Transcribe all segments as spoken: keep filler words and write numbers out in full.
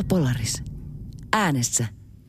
Polaris. Äänessä.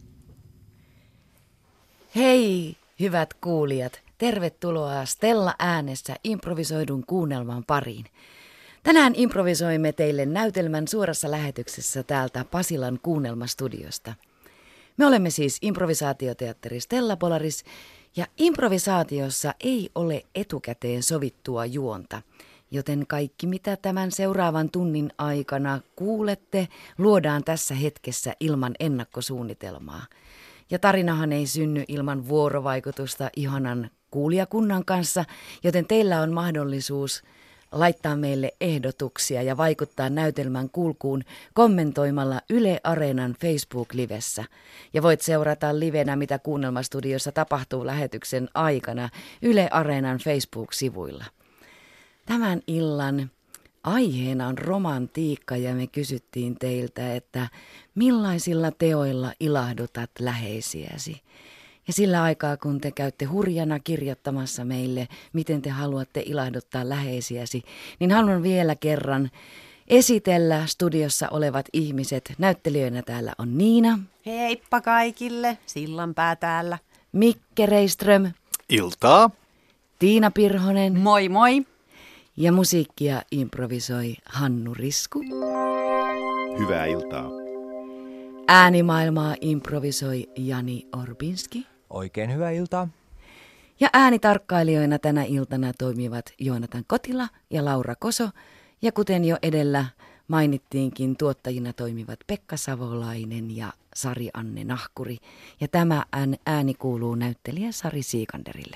Hei, hyvät kuulijat. Tervetuloa Stella Äänessä improvisoidun kuunnelman pariin. Tänään improvisoimme teille näytelmän suorassa lähetyksessä täältä Pasilan kuunnelmastudiosta. Me olemme siis improvisaatioteatteri Stella Polaris ja improvisaatiossa ei ole etukäteen sovittua juonta. Joten kaikki, mitä tämän seuraavan tunnin aikana kuulette, luodaan tässä hetkessä ilman ennakkosuunnitelmaa. Ja tarinahan ei synny ilman vuorovaikutusta ihanan kuulijakunnan kanssa, joten teillä on mahdollisuus laittaa meille ehdotuksia ja vaikuttaa näytelmän kulkuun kommentoimalla Yle Areenan Facebook-livessä. Ja voit seurata livenä, mitä kuunnelmastudiossa tapahtuu lähetyksen aikana Yle Areenan Facebook-sivuilla. Tämän illan aiheena on romantiikka ja me kysyttiin teiltä, että millaisilla teoilla ilahdutat läheisiäsi. Ja sillä aikaa, kun te käytte hurjana kirjoittamassa meille, miten te haluatte ilahduttaa läheisiäsi, niin haluan vielä kerran esitellä studiossa olevat ihmiset. Näyttelijöinä täällä on Niina. Heippa kaikille, Sillanpää täällä. Mikke Reiström. Iltaa. Tiina Pirhonen. Moi moi. Ja musiikkia improvisoi Hannu Risku. Hyvää iltaa. Äänimaailmaa improvisoi Jani Orbinski. Oikein hyvää iltaa. Ja äänitarkkailijoina tänä iltana toimivat Joonatan Kotila ja Laura Koso. Ja kuten jo edellä mainittiinkin, tuottajina toimivat Pekka Savolainen ja Sari-Anne Nahkuri. Ja tämä ääni kuuluu näyttelijä Sari Siikanderille.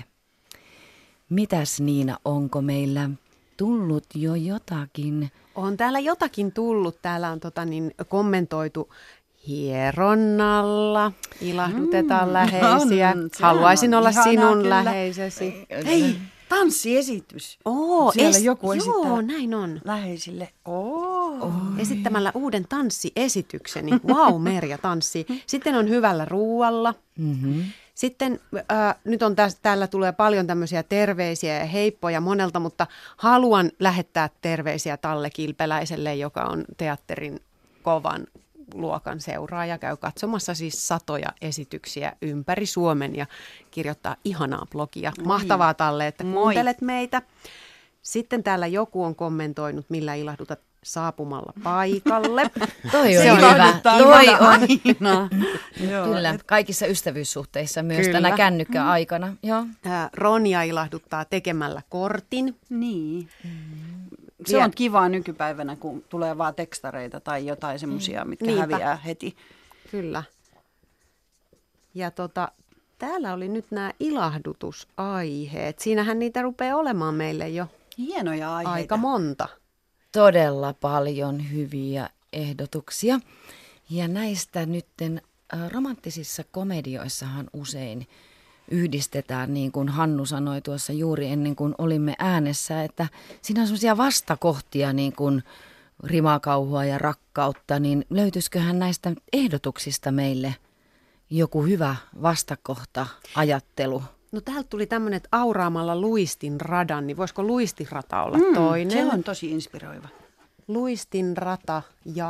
Mitäs Niina, onko meillä tullut jo jotakin? On täällä jotakin tullut. Täällä on tota niin, kommentoitu hieronnalla. Ilahdutetaan mm, läheisiä. On, Haluaisin olla sinun kyllä. läheisesi. Hei, tanssiesitys. Oo, Siellä es- joku esittää joo, näin on. läheisille. Oo. Esittämällä uuden tanssiesitykseni. Vau, wow, Merja tanssii. Sitten on hyvällä ruualla. Mm-hmm. Sitten äh, nyt on täs, täällä tulee paljon tämmöisiä terveisiä ja heippoja monelta, mutta haluan lähettää terveisiä Talle Kilpeläiselle, joka on teatterin kovan luokan seuraaja. Käy katsomassa siis satoja esityksiä ympäri Suomen ja kirjoittaa ihanaa blogia. Moi. Mahtavaa Talle, että kuuntelet Moi. meitä. Sitten täällä joku on kommentoinut, millä ilahdutat saapumalla paikalle. Toi on Se on hyvä. Toi on. Joo. Kyllä, kaikissa ystävyyssuhteissa myös Kyllä. tänä kännykkäaikana. Joo. Ää, Ronja ilahduttaa tekemällä kortin. Niin. Se on kivaa nykypäivänä, kun tulee vaan tekstareita tai jotain semmoisia, mitkä Niinpä. häviää heti. Kyllä. Ja tota, täällä oli nyt nämä ilahdutusaiheet. Siinähän niitä rupeaa olemaan meille jo Hienoja aiheita. aika monta. Todella paljon hyviä ehdotuksia. Ja näistä nytten äh, romanttisissa komedioissahan usein yhdistetään, niin kuin Hannu sanoi tuossa juuri ennen kuin olimme äänessä, että siinä on sellaisia vastakohtia niin kuin rimakauhua ja rakkautta, niin löytyisiköhän näistä ehdotuksista meille joku hyvä vastakohta ajattelu? No täältä tuli tämmöinen, että auraamalla luistin radan, niin voisiko luistinrata olla Mm, toinen? se on tosi inspiroiva. Luistinrata ja,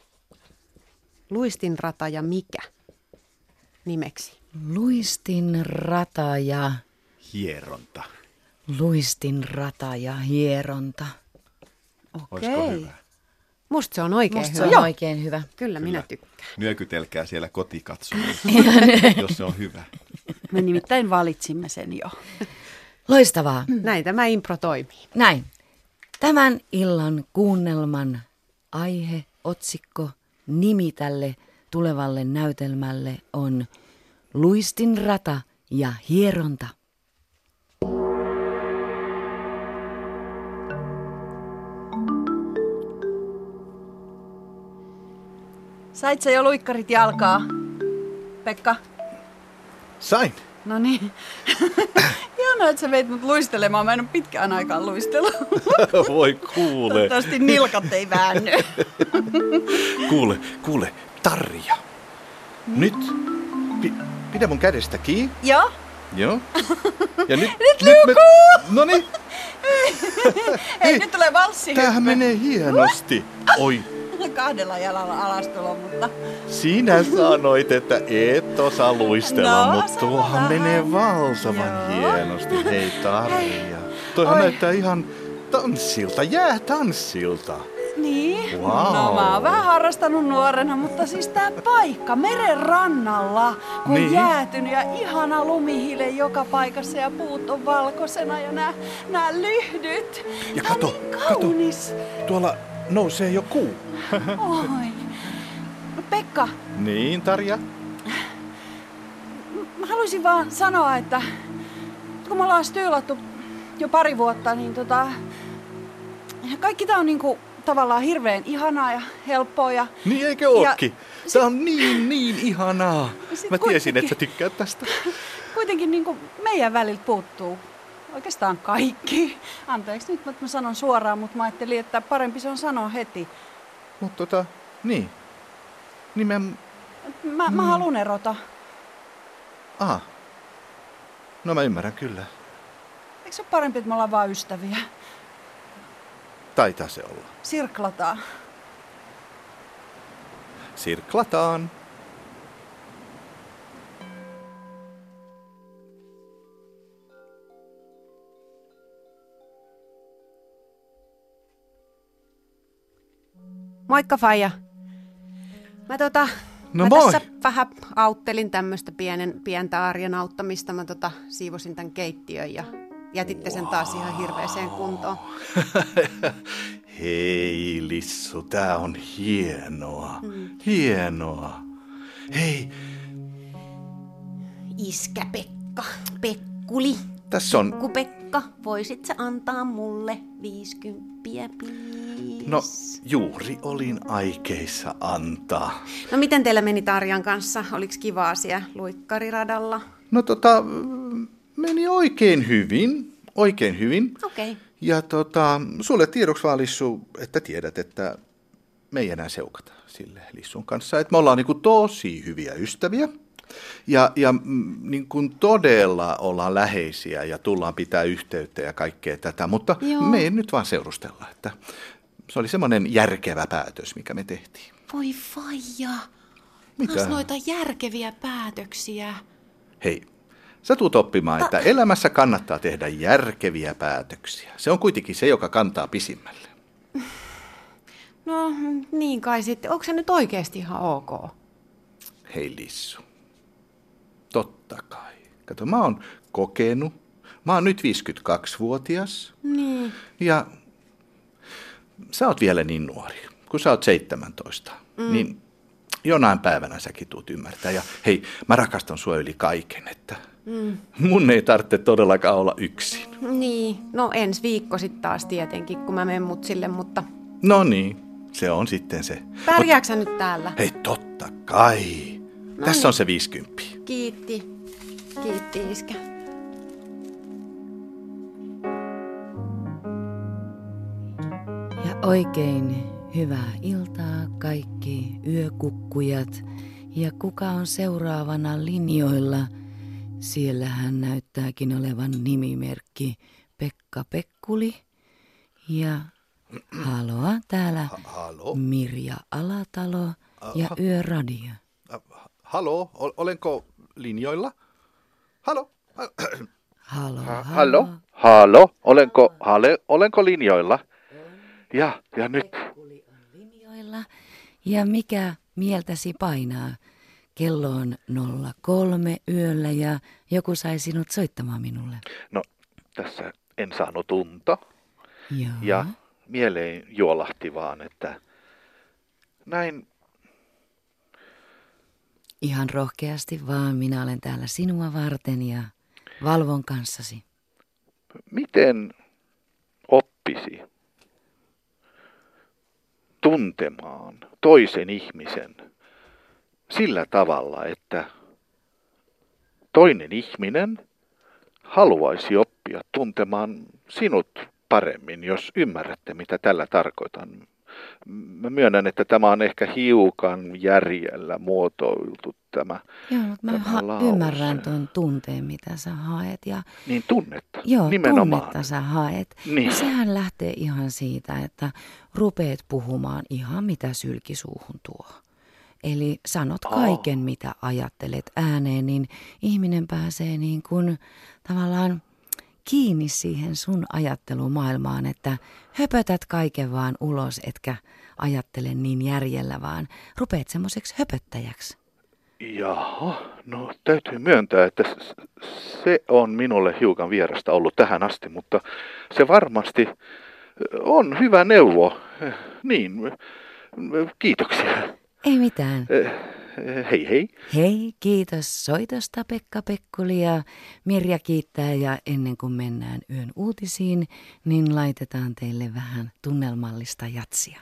luistinrata ja mikä nimeksi? Luistinrata ja Hieronta. luistinrata ja hieronta. Olisiko hyvä? Musta se on oikein Musta hyvä. se on oikein hyvä. Kyllä, minä tykkään. Nyökytelkää siellä kotikatsomoissa, jos se on hyvä. Me nimittäin valitsimme sen jo. Loistavaa. Näin tämä impro toimii. Näin. Tämän illan kuunnelman aihe, otsikko, nimi tälle tulevalle näytelmälle on Luistinrata ja hieronta. Sait sä jo luikkarit jalkaa, Pekka? Sain. No niin. Hienoa, että sä veit mut luistelemaan. Mä en ole pitkään aikaan luistellut. Voi kuule. Toivottavasti nilkat ei väänny. Kuule, kuule, Tarja. Nyt pi- pidä mun kädestä kiinni. Joo. Joo. Ja nyt, Nyt nyt me... liukuu! No niin. Hei, nyt tulee valssi. Tämähän menee hienosti. Oi, kahdella jalalla alastulo, mutta... Sinä sanoit, että et osaa luistella, No, mutta tuohan sanotaan. menee valtavan Joo. hienosti. Hei Tarja, toihan Oi. näyttää ihan tanssilta, jää tanssilta. Niin? Vau. No mä oon vähän harrastanut nuorena, mutta siis tää paikka meren rannalla, kun Niin. on jäätynyt ja ihana lumihile joka paikassa ja puut on valkoisena ja nää, nää lyhdyt. Ja Tää on kato, niin kato. kaunis. Tuolla nousee jo kuu. Oi. No Pekka, Niin, Tarja? mä haluaisin vaan sanoa, että kun me ollaan styylattu jo pari vuotta, niin tota, kaikki tää on niinku tavallaan hirveän ihanaa ja helppoa ja Niin eikö ookin? Tää on niin, niin ihanaa. Sit Mä tiesin, kuitenkin- että sä tykkäät tästä. kuitenkin niinku meidän väliltä puuttuu oikeastaan kaikki. Anteeksi nyt, että mä sanon suoraan, mutta mä ajattelin, että parempi se on sanoa heti. Mutta tota, niin. Nimen... Mä, mä haluan erota. Aha. No mä ymmärrän kyllä. Eikö se ole parempi, että me ollaan vaan ystäviä? Taitaa se olla. Sirklataan. Sirklataan. Moikka Faija. Mä tota, No mä moi. tässä vähän auttelin tämmöistä pienen, pientä arjen auttamista. Mä tota, siivosin tämän keittiön ja jätitte sen taas ihan hirveeseen kuntoon. Hei Lissu, tää on hienoa. Hienoa. Hei, Iskä Pekka, Pekkuli, tässä on... Pikku Pekka, voisit sä antaa mulle viisikymppiä, please? No, juuri olin aikeissa antaa. No miten teillä meni Tarjan kanssa? Oliko kiva asia luikkariradalla? No tota, meni oikein hyvin. Oikein hyvin. Okei. Okay. Ja tota, sulle tiedoksi vaan Lissu, että tiedät, että me ei enää seukata sille Lissun kanssa. Että me ollaan niinku tosi hyviä ystäviä. Ja, ja mm, niin kuin todella ollaan läheisiä ja tullaan pitää yhteyttä ja kaikkea tätä, mutta Joo. me ei nyt vaan seurustella. Että se oli semmoinen järkevä päätös, mikä me tehtiin. Voi faija, Mitä? taas noita järkeviä päätöksiä. Hei, sä tuut oppimaan, että elämässä kannattaa tehdä järkeviä päätöksiä. Se on kuitenkin se, joka kantaa pisimmälle. No niin kai sitten. Onko se nyt oikeasti ihan ok? Hei Lissu, totta kai. Kato, mä oon kokenut. Mä oon nyt viisikymmentäkaksivuotias. Niin. Ja sä oot vielä niin nuori, kun sä oot seitsemäntoista. Mm. Niin jonain päivänä säkin tuut ymmärtää. Ja hei, mä rakastan sua yli kaiken, että mm. mun ei tarvitse todellakaan olla yksin. Niin. No ensi viikko sitten taas tietenkin, kun mä menen mutsille, mutta No niin, se on sitten se. pärjääksä sä nyt täällä? Hei, totta kai. No Tässä niin. on se viisikymppiä. Kiitti. Kiitti iskä. Ja oikein hyvää iltaa kaikki yökukkujat. Ja kuka on seuraavana linjoilla? Siellähän näyttääkin olevan nimimerkki Pekka Pekkuli. Ja haloa täällä Halo? Mirja Alatalo ja Yöradio. Halo, olenko linjoilla? Halo? Halo, halo. Hallo? Halo, olenko, hale, olenko linjoilla? Ja, ja nyt. Pekkuli on linjoilla. Ja mikä mieltäsi painaa? Kello on nolla kolme yöllä ja joku sai sinut soittamaan minulle. No, tässä en saanut unta. Joo. Ja mieleen juolahti vaan, että näin, Ihan rohkeasti vaan, minä olen täällä sinua varten ja valvon kanssasi. miten oppisi tuntemaan toisen ihmisen sillä tavalla, että toinen ihminen haluaisi oppia tuntemaan sinut paremmin, jos ymmärrätte, mitä tällä tarkoitan. mä myönnän, että tämä on ehkä hiukan järjellä muotoiltu tämä. Joo, mutta mä ha- lause. ymmärrän tuon tunteen, mitä sä haet. Ja, Niin tunnetta, joo, nimenomaan. tunnetta sä haet. Niin. Ja sehän lähtee ihan siitä, että rupeat puhumaan ihan mitä sylkisuuhun tuo. Eli sanot kaiken, oh. mitä ajattelet ääneen, niin ihminen pääsee niin kuin tavallaan kiinni siihen sun ajattelumaailmaan, että höpötät kaiken vaan ulos, etkä ajattele niin järjellä, vaan rupeat semmoiseksi höpöttäjäksi. Jaha, no täytyy myöntää, että se on minulle hiukan vierasta ollut tähän asti, mutta se varmasti on hyvä neuvo. Niin, kiitoksia. Ei mitään. Hei hei. Hei, kiitos soitosta Pekka Pekkuli ja Mirja kiittää ja ennen kuin mennään yön uutisiin, niin laitetaan teille vähän tunnelmallista jatsia.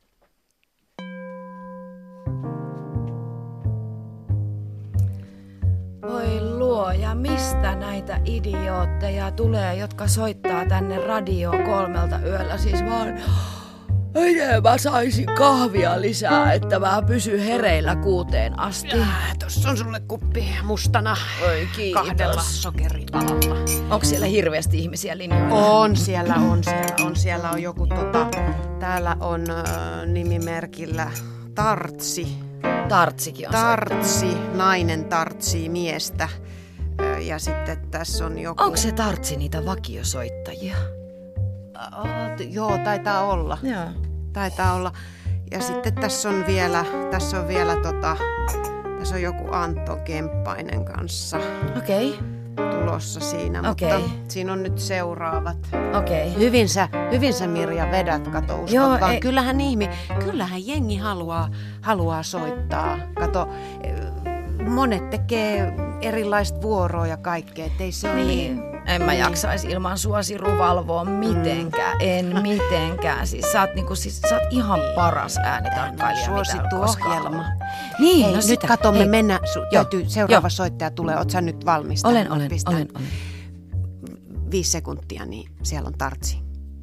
Voi luoja, mistä näitä idiootteja tulee, jotka soittaa tänne radioon kolmelta yöllä siis vaan... Miten mä saisin kahvia lisää, että mä pysyn hereillä kuuteen asti? Äh, tossa on sulle kuppi mustana. Oi, kiitos. Kahdella sokeripalalla. Onko siellä hirveästi ihmisiä linjoilla? On siellä, on siellä, on siellä on joku tota, täällä on äh, nimimerkillä Tartsi. Tartsikin on Tartsi, nainen tartsii miestä. Äh, ja sitten tässä on joku... Onko se Tartsi niitä vakiosoittajia? Oh, t- joo, taitaa olla. Joo. Taitaa olla. Ja sitten tässä on vielä, tässä on vielä tota, tässä on joku Antto Kemppainen kanssa Okei. Okay. tulossa siinä, Okei. mutta siinä on nyt seuraavat. Okei. Okay. Hyvin sä, hyvin sä Mirja vedät, kato, uskot Joo, vaan. ei- Kyllähän ihmi, kyllähän jengi haluaa, haluaa soittaa. Kato, eh, monet tekee erilaista vuoroa ja kaikkea, ettei se ole niin. En mä Niin. jaksaisi ilman sua Siru valvoa mitenkään, en mitenkään. Siis sä oot, niinku, siis, sä oot ihan paras äänitarkkailija, mitä Suosittu on koskaan ohjelma. ollut. Niin, Hei, no nyt sitä. kato, me Hei. mennään. Su- Joo, täytyy, seuraava joo. soittaja tulee. Oot sä nyt valmis? Olen, tähän? olen, Pistän olen, olen. Viisi sekuntia, niin siellä on Tartsi.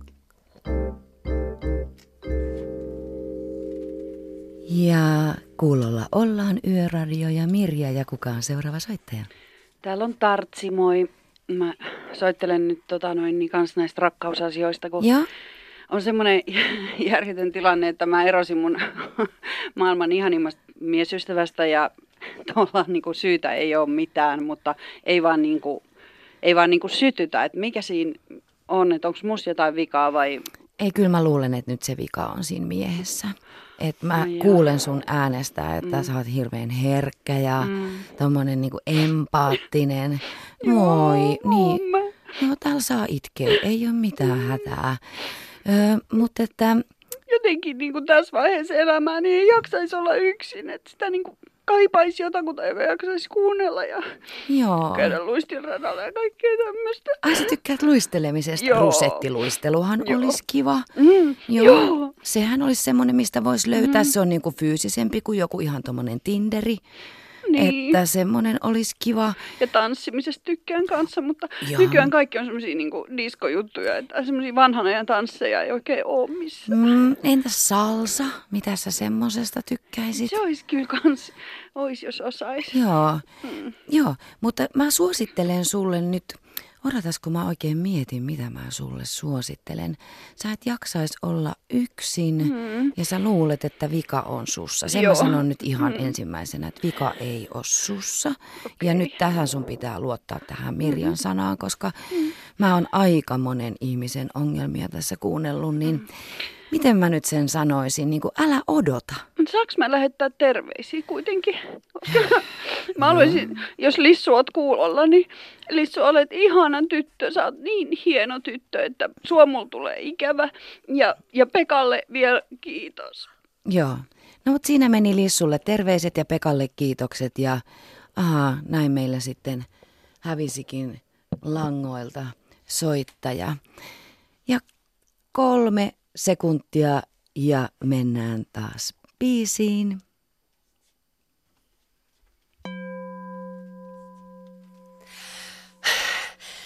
Ja kuulolla ollaan Yöradio ja Mirja ja kuka on seuraava soittaja? Täällä on Tartsi, moi. Mä soittelen nyt tota noin niin kans näistä rakkausasioista, kun Joo. on semmoinen järjetön tilanne, että mä erosin mun maailman ihanimmasta miesystävästä ja tuolla niinku syytä ei ole mitään, mutta ei vaan niinku, ei vaan niinku sytytä, että mikä siinä on, että onko musta jotain vikaa vai... Ei, kyllä mä luulen, että nyt se vika on siinä miehessä. Että mä Ai kuulen sun äänestä, että mm. sä oot hirveän herkkä ja mm. tommonen niinku empaattinen. Moi, niin. mä. Joo, täällä saa itkeä, ei ole mitään hätää. Öö, mutta että, Jotenkin niin kuin tässä vaiheessa elämää niin ei jaksaisi olla yksin, että sitä niin kuin kaipaisi jotakuta, joka jaksaisi kuunnella ja joo. käydä luistinradalla ja kaikkea tämmöistä. Ai sä tykkäät luistelemisesta? Joo. Rusettiluisteluhan Joo. olisi kiva. Mm, Joo. joo. Sehän olisi semmoinen, mistä voisi löytää. Mm. Se on niinku fyysisempi kuin joku ihan tommonen Tinderi. Niin. Että semmoinen olisi kiva. Ja tanssimisesta tykkään kanssa, mutta Joo. nykyään kaikki on semmoisia niinku diskojuttuja, että semmoisia vanhan ajan tansseja ei oikein ole missään. Mm, entäs salsa? Mitä sä semmosesta tykkäisit? Se olisi kyllä kans, olisi jos osaisi. Joo, Mm. joo, mutta mä suosittelen sulle nyt, odotas kun mä oikein mietin, mitä mä sulle suosittelen. Sä et jaksais olla yksin Mm. ja sä luulet, että vika on sussa. Sen Joo. mä sanon nyt ihan Mm. ensimmäisenä, että vika ei ole sussa. Okei. Ja nyt tähän sun pitää luottaa tähän Mirjan sanaan, koska mä oon aika monen ihmisen ongelmia tässä kuunnellut, niin miten mä nyt sen sanoisin, niin kuin älä odota. Saanko mä lähettää terveisiä kuitenkin? Mä haluaisin, jos Lissu oot kuulolla, niin Lissu olet ihana tyttö, sä oot niin hieno tyttö, että sua mulla tulee ikävä. Ja, ja Pekalle vielä kiitos. Joo. No mutta siinä meni Lissulle terveiset ja Pekalle kiitokset ja aha, näin meillä sitten hävisikin langoilta soittaja. Ja kolme sekuntia ja mennään taas biisiin.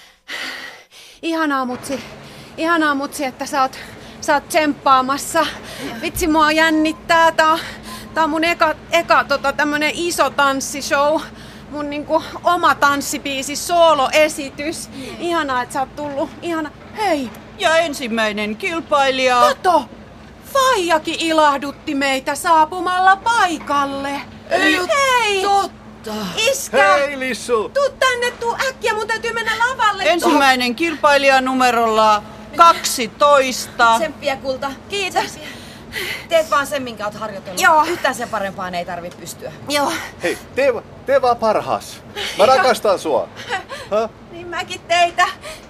Ihanaa mutsi, ihanaa mutsi, että sä oot, sä oot tsemppaamassa Vitsi, mua jännittää. Tää on, tää on mun eka, eka tota, tämmönen iso tanssishow. Mun niinku oma tanssibiisi, sooloesitys. Ihanaa, että sä oot tullut. Ihana. Hei! Ja ensimmäinen kilpailija... Kato! Faijakin ilahdutti meitä saapumalla paikalle. Ei Hei! totta. Iskä! Hei Lissu! Tuu tänne, tuu äkkiä, mun täytyy mennä lavalle. Ensimmäinen kilpailija numerolla kaksitoista. Tsemppiä, kulta. Kiitos. Teet vaan sen, minkä oot harjoitellut. Joo. Yhtään sen parempaan ei tarvi pystyä. Joo, Hei, tee, tee vaan parhaas. Mä rakastan sua. Ha? niin mäkin teitä.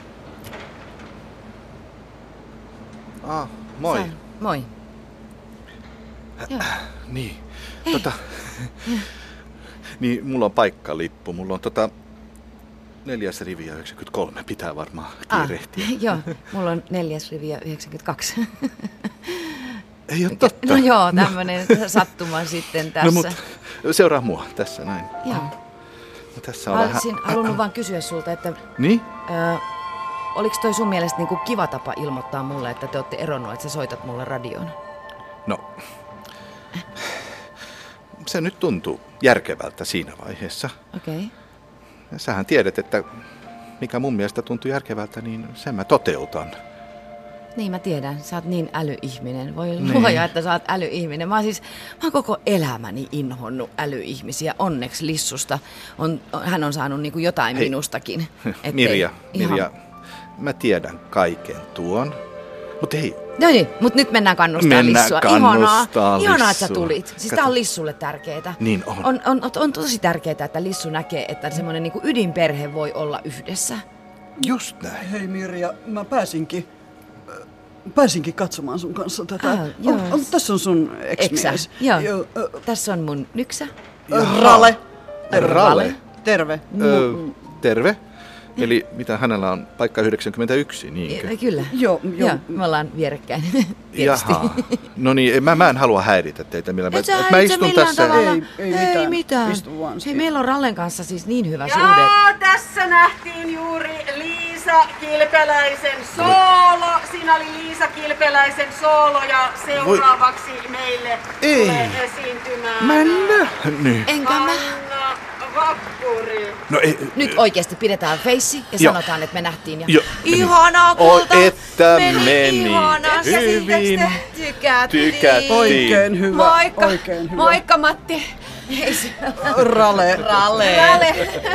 Ah, moi. Sä- Moi. Joo. Niin, tota... niin, mulla on paikkalippu. Mulla on tota... Neljäs rivi ja yhdeksänkymmentäkolme. Pitää varmaan kiirehtiä. Ah, joo, mulla on neljäs rivi ja yhdeksänkymmentäkaksi. Ei oo totta. No joo, tämmönen sattuma sitten tässä. No mut, seuraa mua tässä näin. Joo. No, tässä on Mä vähän... olisin halunnut vaan kysyä sulta, että Niin? ö, oliko toi sun mielestä niinku kiva tapa ilmoittaa mulle, että te olette eronnut, että sä soitat mulle radioon? No... Se nyt tuntuu järkevältä siinä vaiheessa. Okei. Okay. Ja sähän tiedät, että mikä mun mielestä tuntuu järkevältä, niin sen mä toteutan. Niin mä tiedän, sä oot niin älyihminen. Voi Niin. luoja, että sä oot älyihminen. Mä oon siis, mä oon koko elämäni inhonnut älyihmisiä. Onneksi Lissusta on, hän on saanut niinku jotain Hei. minustakin. Ettei- Mirja, ihan- Mirja, mä tiedän kaiken tuon. Mutta hei, No niin, mutta nyt mennään kannustaa Mennään Lissua. kannustaa Ihanaa, ihanaa, että sä Lissua. tulit. Siis Kato. tää on Lissulle tärkeetä. Niin on. On, on, on, on tosi tärkeää, että Lissu näkee, että semmoinen niinku ydinperhe voi olla yhdessä. just näin. Hei Mirja, mä pääsinkin, äh, pääsinkin katsomaan sun kanssa tätä. Ah, joo. on, on, tässä on sun Eksä? ex-mies. Joo. Joo, äh, Tässä on mun nyksä. Rale. Rale. Terve. Öö, terve. Eli mitä hänellä on? Paikka yhdeksänkymmentäyksi, niinkö? Ja, kyllä. Joo, joo. Joo, me ollaan vierekkäin. Tietysti. Jaha. No niin, mä, mä en halua häiritä teitä millään. Et sä mä häiritse istun millään tässä. tavalla. Ei- ei Ei mitään. mitään. Istu vaan Hei, siihen. meillä on Rallen kanssa siis niin hyvä suhde. Joo, tässä nähtiin juuri Liisa Kilpeläisen soolo. Siinä oli Liisa Kilpeläisen soolo ja seuraavaksi meille Ei. tulee esiintymään Mä en nähnyt. Enkä mä. Anna Vappuri. No ei, Nyt oikeasti pidetään feissi ja Joo. sanotaan, että me nähtiin. Ja... Joo. Ihanaa, Oi, kulta! että meni ihanasti. hyvin. Tykättiin. Tykättiin. Oikein hyvä. Moikka. Oikein hyvä. Moikka Matti. Ei se... Rale. Ralle. Rale.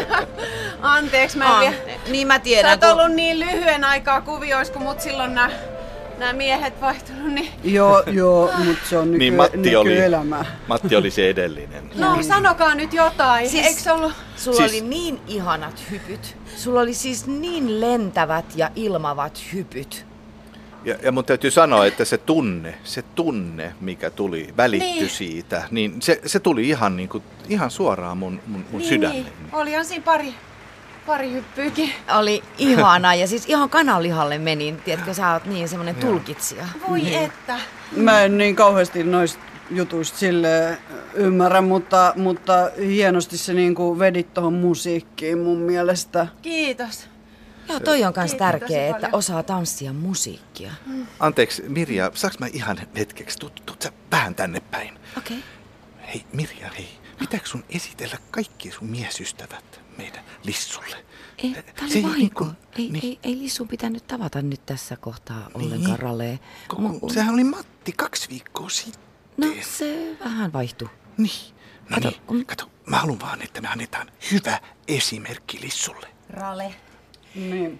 Anteeksi, mä en Ah, vielä... niin mä Sä tiedän. oot ollut niin lyhyen aikaa kuvioissa, kun mut silloin nää, nää miehet vaihtunut, niin... Joo, joo, mutta se on nyky, Niin Matti oli, nykyelämä. Matti oli se edellinen. No, sanokaa nyt jotain. Siis- Eikö se ollut... Sulla Siis- oli niin ihanat hypyt. Sulla oli siis niin lentävät ja ilmavat hypyt. Ja, ja mun täytyy sanoa, että se tunne, se tunne, mikä tuli, välittyi Niin. siitä, niin se, se tuli ihan, niin kuin, ihan suoraan mun, mun, mun sydämeen. Niin, olihan siinä pari, pari hyppyykin. Oli ihanaa ja siis ihan kananlihalle menin. Tiedätkö, sä oot niin semmonen tulkitsija. Voi että. Mä en niin kauheasti noista jutuista sille ymmärrä, mutta, mutta hienosti se niinku vedit tuohon musiikkiin mun mielestä. Kiitos. Joo, toi on kans Kiitos tärkeä, tosi että paljon. osaa tanssia musiikkia. Anteeksi, Mirja, saaks mä ihan hetkeksi, tuut, tuut sä vähän tänne päin? Okei. Hei, Mirja, hei, pitääkö sun esitellä kaikki sun miesystävät meidän Lissulle? Ei, tää Se oli ei vahinko. niinku- Ei, niin. ei, ei Lissun pitänyt tavata nyt tässä kohtaa ollenkaan Rallee. Kun, sehän oli Matti kaksi viikkoa sitten. No se vähän vaihtui. Niin, no Kato, niin, kun- kato, mä haluan vaan, että me annetaan hyvä esimerkki Lissulle. Rale. Niin.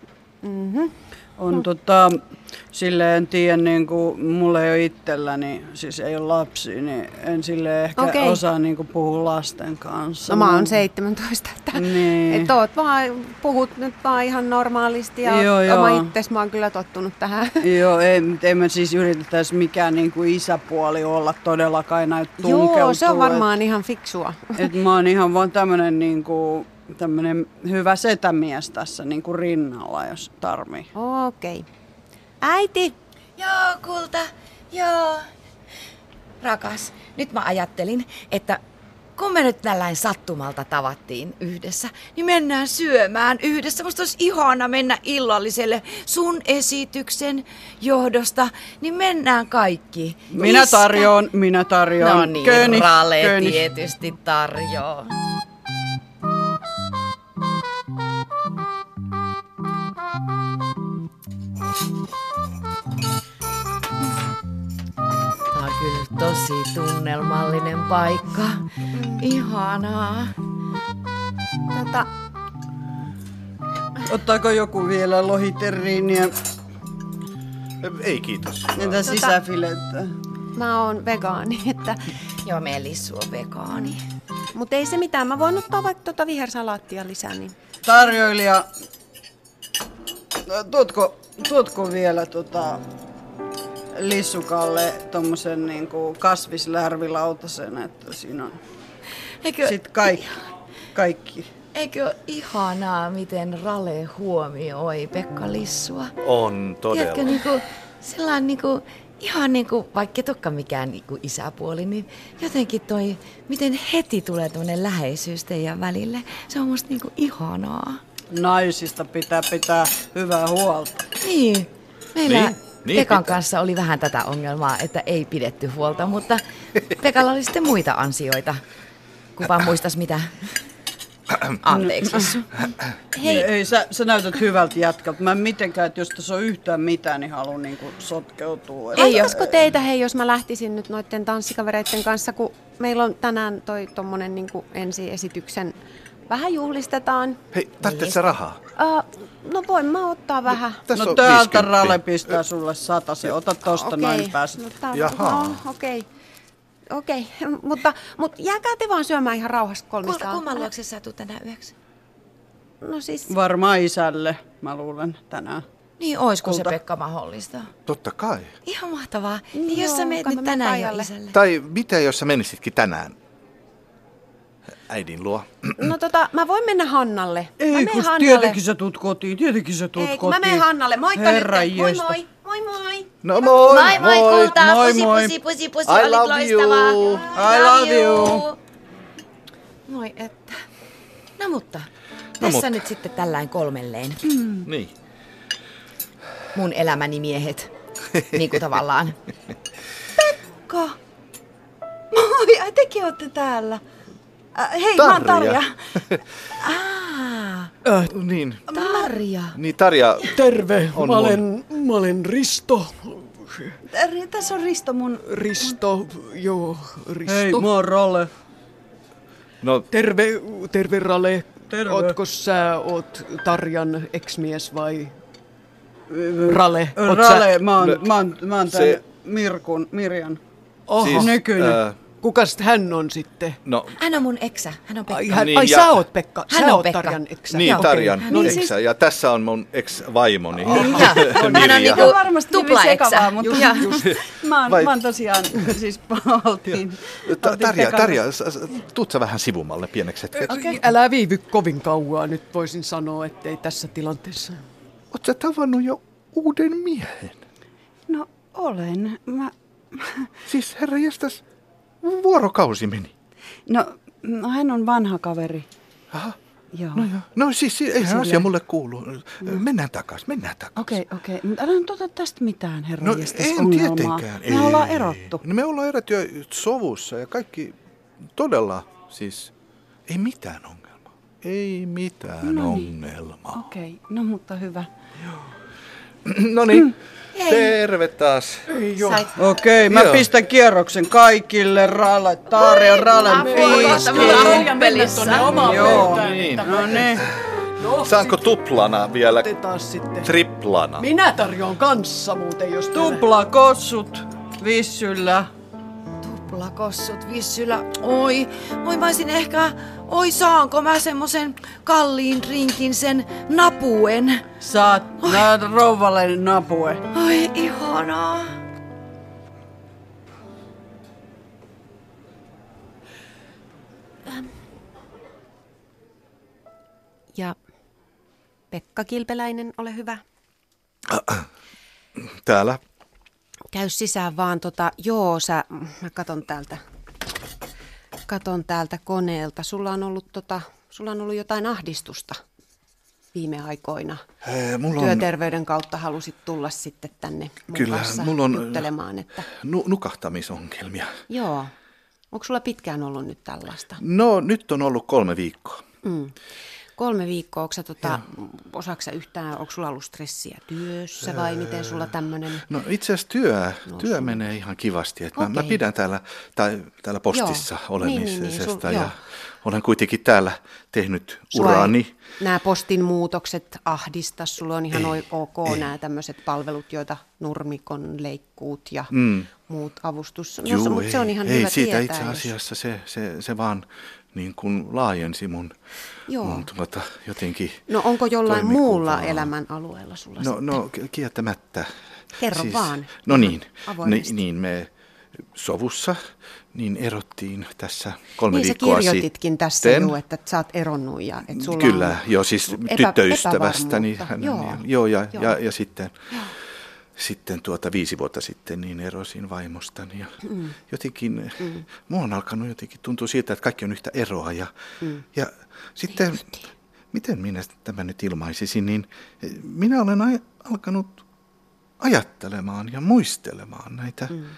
On tota, silleen en tiedä, niin kuin mulla ei ole itselläni, siis ei ole lapsia, niin en silleen ehkä Okei. osaa niin kuin puhua lasten kanssa. No mä oon Mun- seitsemäntoista, että Niin. et oot vaan, puhut nyt vaan ihan normaalisti ja Joo, joo, oma joo. itses mä oon kyllä tottunut tähän. Joo, ei, ei me siis yritettäisi mikään niin kuin isäpuoli olla todellakaan näitä tunkeutua. Joo, se on varmaan ihan fiksua. Et, et mä oon ihan vaan tämmönen, niin kuin, tämmönen hyvä setämies tässä niin kuin rinnalla, jos tarvii. Okei. Äiti! Joo, kulta, joo. Rakas, nyt mä ajattelin, että kun me nyt tällainen sattumalta tavattiin yhdessä, niin mennään syömään yhdessä. Musta olisi ihana mennä illalliselle sun esityksen johdosta, niin mennään kaikki. Minä Mistä? tarjoan, minä tarjoan. No niin, König, Rale König. tietysti tarjoaa. Tää on kyllä tosi tunnelmallinen paikka. Ihanaa. Tota, Ottaako joku vielä lohiterriiniä? Ei kiitos. Entä sisäfilettä? mä oon vegaani, että, Joo, Melissu on vegaani. mutta ei se mitään. Mä voin ottaa vaikka tota vihersalaattia lisää. Niin. Tarjoilija, tuotko, tuotko vielä tota Lissukalle tommosen niinku kasvislärvilautasen, että siinä on Eikö, sit kaikki. kaikki. eikö ole ihanaa, miten Rale huomioi Pekka Lissua? On todella. Tiedätkö, niinku, sellainen niinku, ihan niinku, vaikka et olekaan mikään niinku isäpuoli, niin jotenkin toi, miten heti tulee tämmöinen läheisyys teidän välille. Se on musta niinku ihanaa. Naisista pitää pitää hyvää huolta. Niin, meillä Niin, niin Pekan pitää. kanssa oli vähän tätä ongelmaa, että ei pidetty huolta, mutta Pekalla oli sitten muita ansioita. Kupa muistas mitä. Anteeksi, Lissu. Hei. Ei, sä, sä näytät hyvältä jätkältä. Mä en mitenkään, että jos tässä on yhtään mitään, niin haluan niinku sotkeutua. Ei Haittaisiko teitä, hei, jos mä lähtisin nyt noitten tanssikavereiden kanssa, kun meillä on tänään toi tommonen niin ensi-esityksen, vähän juhlistetaan. Hei, tarvitset sä rahaa? Uh, no voin mä ottaa vähän. Tässä No on täältä viisikymmentä. Rale pistää sulle sata, se ota tosta Okei. noin pääset. No, tää, Jaha. no okei. Okei, mutta, mutta jääkää te vaan syömään ihan rauhassa kolmistaan. Kumman luokse sä tuut tänään yöksi? No siis, Varmaan isälle, mä luulen, tänään. Niin, oisko se Kulta. Pekka mahdollista? Totta kai. Ihan mahtavaa. Niin jos Joo, sä meet kai nyt mä menen tänään jo Kaijalle. isälle. Tai mitä jos sä menisitkin tänään äidin luo? no tota, mä voin mennä Hannalle. mä Ei, menen kun Hannalle. tietenkin sä tuut kotiin, tietenkin sä tuut Ei, kun kotiin. mä menen Hannalle. Moikka Herra nyt. Moi jesta. moi. Moi moi. No moi, Moi moi kultaa, moi, pusi moi. pusi pusi pusi, I olit love loistavaa. you. I love you. Moi että. No mutta, No tässä mutta. nyt sitten tällain kolmelleen. Niin. Mun elämäni miehet. Niin kuin tavallaan. Pekka! Moi, ai tekin ootte täällä. Äh, hei, mä oon Tarja. Tarja. Ah, Äh, niin. Tarja. Niin Tarja, Terve, On mä mun. olen, mä olen Risto. Ri- Tässä on Risto mun... Risto, joo, Risto. Hei, mä oon Rale. no Terve, terve Rale. Terve. Ootko sä, oot Tarjan ex-mies vai Rale? Oot Rale, sä, mä oon, No, mä oon, mä oon tän se- Mirkun, Mirjan. Oho, siis, nykyinen. äh, kukas hän on sitten? no Hän on mun eksä. Hän on Pekka. Ai, hän, Niin, ai ja- sä oot Pekka, Hän sä on oot Pekka. Tarjan eksä. niin Joo, Tarjan okei. Niin eksä. siis- Ja tässä on mun ex-vaimoni. Ja, hän on Mirja. niinku Varmasti tupla hyvin eksä. sekavaa, mutta Ja. mä, oon, Vai- mä oon tosiaan, siis oltiin, Ta- oltiin Tarja, Pekan Tarja, s- s- tuut sä vähän sivumalle pieneksi hetkeksi? Okay. Älä viivy kovin kauaa, nyt voisin sanoa, ettei tässä tilanteessa. Oot sä tavannut jo uuden miehen? No olen. Mä, Siis herra jästäs, vuorokausi meni. no, no hän on vanha kaveri. Aha. Joo. No joo. No siis eihän Silleen. asia mulle kuulu. Mennään takas, mennään takas. Okei, okei. Mutta älä nyt ota tästä mitään, herra No jestas, en ongelmaa. tietenkään. Me ollaan erottu. No me ollaan erottu jo sovussa ja kaikki todella siis ei mitään ongelmaa. Ei mitään No niin. ongelmaa. Okei, no mutta hyvä. No niin, terve taas. Sait Okei, mä Joo. pistän kierroksen kaikille. Rale, Tarja, Ralen kohta me ollaan pelissä. Joo, Niin. no niin. Saanko tuplana vielä Otetaan sitten. triplana? Minä tarjoan kanssa muuten, jos teillä- Tupla kossut vissyllä. Tuplakossut vissyllä. Oi, oi mä olisin ehkä... Oi, saanko mä semmosen kalliin drinkin, sen napuen? Saat näet rouvalle napue. Oi, ihanaa. Ja Pekka Kilpeläinen, ole hyvä. Täällä. Käy sisään vaan tota, joo sä, mä katon täältä. katon täältä koneelta. Sulla on ollut, tota, sulla on ollut jotain ahdistusta viime aikoina. Ee, mulla on, Työterveyden kautta halusit tulla sitten tänne mun kyllä, kanssa mulla on juttelemaan. Että... nu- nukahtamisongelmia. Joo. Onko sulla pitkään ollut nyt tällaista? No nyt on ollut kolme viikkoa. Mm. Kolme viikkoa, onko sä, tota, osaatko sä yhtään, onko sulla ollut stressiä työssä vai öö, miten sulla tämmöinen? No itse asiassa työ, työ menee ihan kivasti. Että okay. mä, mä pidän täällä, tai, täällä postissa joo. olemisesta niin, niin, niin. Sul, ja joo. olen kuitenkin täällä tehnyt sua uraani. Nämä postin muutokset ahdista, sulla on ihan ei, ok ei. Nämä tämmöiset palvelut, joita nurmikon leikkuut ja mm. muut avustus. No, Juu, mutta ei, se on ihan ei, hyvä siitä tietää. Itse asiassa jos... se, se, se vaan niin kuin laajensi mun, mun tuota, jotenkin no onko jollain muulla elämän alueella sulla no, sitten? No kieltämättä. Kerro siis, vaan. No niin, niin, niin me sovussa niin erottiin tässä kolme niin, viikkoa sitten. Niin sä kirjoititkin tässä jo, että sä oot eronnut ja että sulla kyllä, on joo, siis epä, tyttöystävästäni. Hän, joo, niin, joo, ja, joo. ja, ja sitten... Joo. Sitten tuota viisi vuotta sitten niin erosin vaimostani ja mm. jotenkin, mm. mua on alkanut jotenkin tuntua siitä, että kaikki on yhtä eroa ja, mm. ja sitten, Justi. miten minä tämän nyt ilmaisisin, niin minä olen aj- alkanut ajattelemaan ja muistelemaan näitä mm.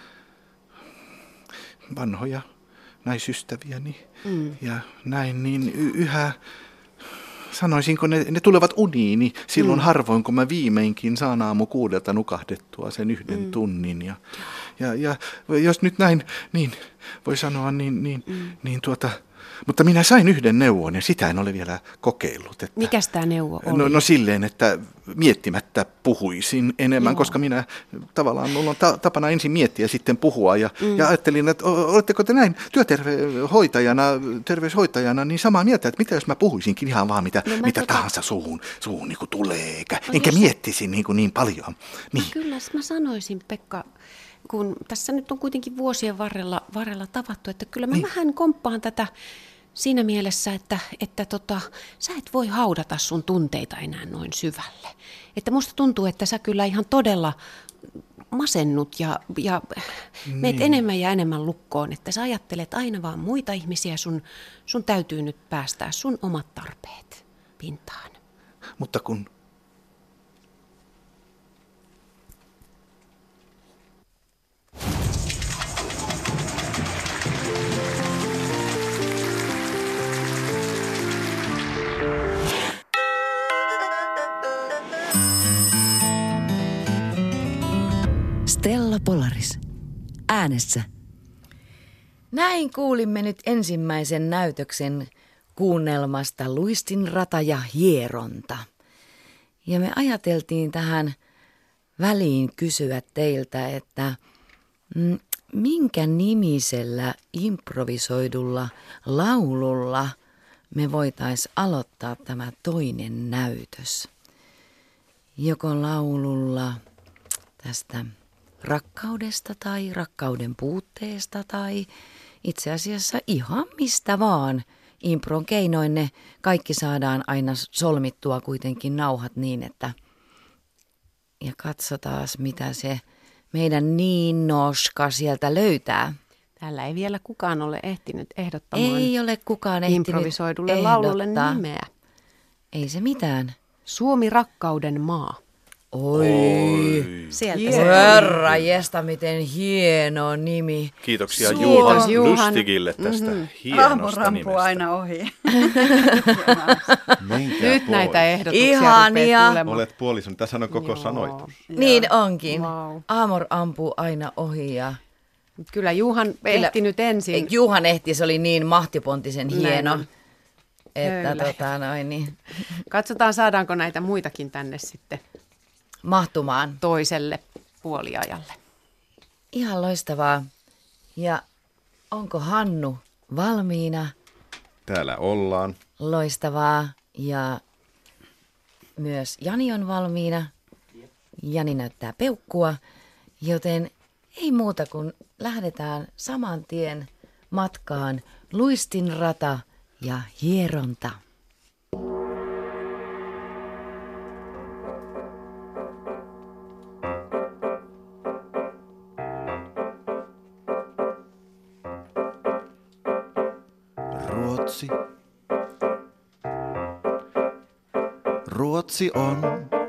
vanhoja naisystäviäni mm. ja näin, niin y- yhä... Sanoisinko, ne, ne tulevat uniini silloin mm. harvoin, kun mä viimeinkin saan aamu kuudelta nukahdettua sen yhden mm. tunnin. Ja, ja, ja jos nyt näin, niin voi sanoa, niin, niin, mm. niin tuota... Mutta minä sain yhden neuvon ja sitä en ole vielä kokeillut. Että, mikäs tämä neuvo oli? No, no silleen, että miettimättä puhuisin enemmän, Joo. koska minä tavallaan, mulla on ta- tapana ensin miettiä ja sitten puhua. Ja, mm. ja ajattelin, että oletteko te näin työterveyshoitajana, terveyshoitajana, niin samaa mieltä, että mitä jos mä puhuisinkin ihan vaan mitä, no, mitä tota... tahansa suuhun, suuhun niin kuin tulee, eikä, no, enkä jos... miettisin niin, kuin niin paljon. Niin. No, kyllä mä sanoisin, Pekka, kun tässä nyt on kuitenkin vuosien varrella, varrella tavattu, että kyllä mä niin. vähän komppaan tätä siinä mielessä, että, että tota, sä et voi haudata sun tunteita enää noin syvälle. Että musta tuntuu, että sä kyllä ihan todella masennut ja, ja niin. meet enemmän ja enemmän lukkoon, että sä ajattelet aina vaan muita ihmisiä, sun, sun täytyy nyt päästää sun omat tarpeet pintaan. Mutta kun... Stella Polaris. Äänessä. Näin kuulimme nyt ensimmäisen näytöksen kuunnelmasta Luistin rata ja hieronta. Ja me ajateltiin tähän väliin kysyä teiltä, että mm, minkä nimisellä improvisoidulla laululla me voitaisiin aloittaa tämä toinen näytös. Joko laululla tästä rakkaudesta tai rakkauden puutteesta tai itse asiassa ihan mistä vaan. Impron keinoin ne kaikki saadaan aina solmittua kuitenkin nauhat niin, että ja katsotaan mitä se meidän Niinoska sieltä löytää. Täällä ei vielä kukaan ole ehtinyt ehdottamaan. Ei ole kukaan ehtinyt improvisoidulle ehdottaa. laululle nimeä. Ei se mitään. Suomi rakkauden maa. Oi, Oi. Sieltä se herra jesta, miten hieno nimi. Kiitoksia Suo- Juhan Juhan. Lustigille tästä Mm-hmm. hienosta Aamu nimestä. aina ohi. Menkää Nyt pois. näitä ehdotuksia Ihania. rupeaa tulemaan. Olet puolison. Tässä on koko Joo. sanoitus. Niin onkin. Wow. Aamor ampuu aina ohi ja... Kyllä Juhan ehti nyt ensin. Juhan ehti, se oli niin mahtipontisen Näin hieno, on. että Kyllä. tota, noin, niin, Katsotaan, saadaanko näitä muitakin tänne sitten mahtumaan. toiselle puoliajalle. Ihan loistavaa. Ja onko Hannu valmiina? Täällä ollaan. Loistavaa. Ja myös Jani on valmiina. Jani näyttää peukkua, joten ei muuta kuin lähdetään saman tien matkaan Luistin rata ja hieronta. Ruotsi on